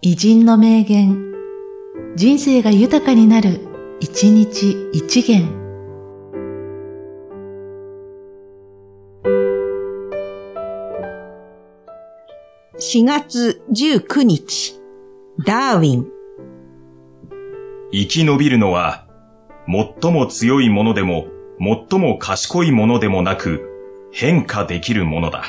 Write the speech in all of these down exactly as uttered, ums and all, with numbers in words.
偉人の名言、人生が豊かになる、一日一元。 しがつじゅうくにち、ダーウィン。 生き延びるのは、最も強いものでも、最も賢いものでもなく、変化できるものだ。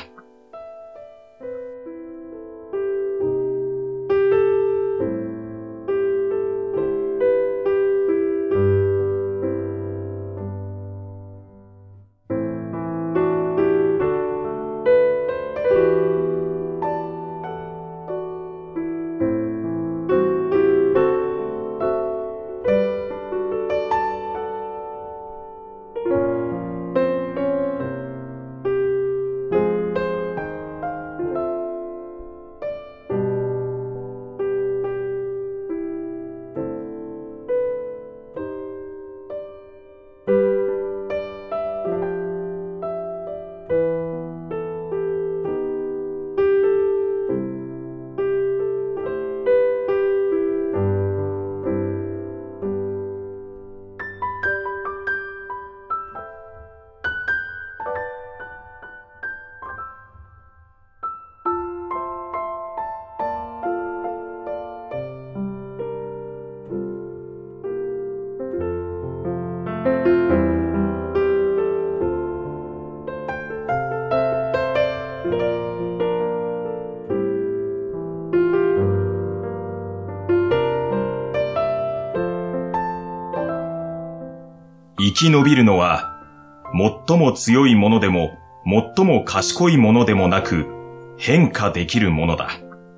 生き延びるのは、最も強いものでも、最も賢いものでもなく、変化できるものだ。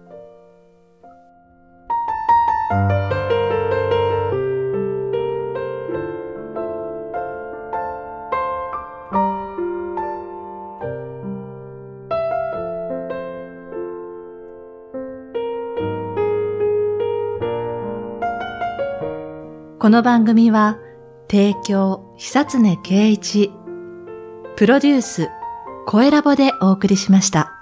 この番組は、提供、久常圭一、プロデュース、声ラボでお送りしました。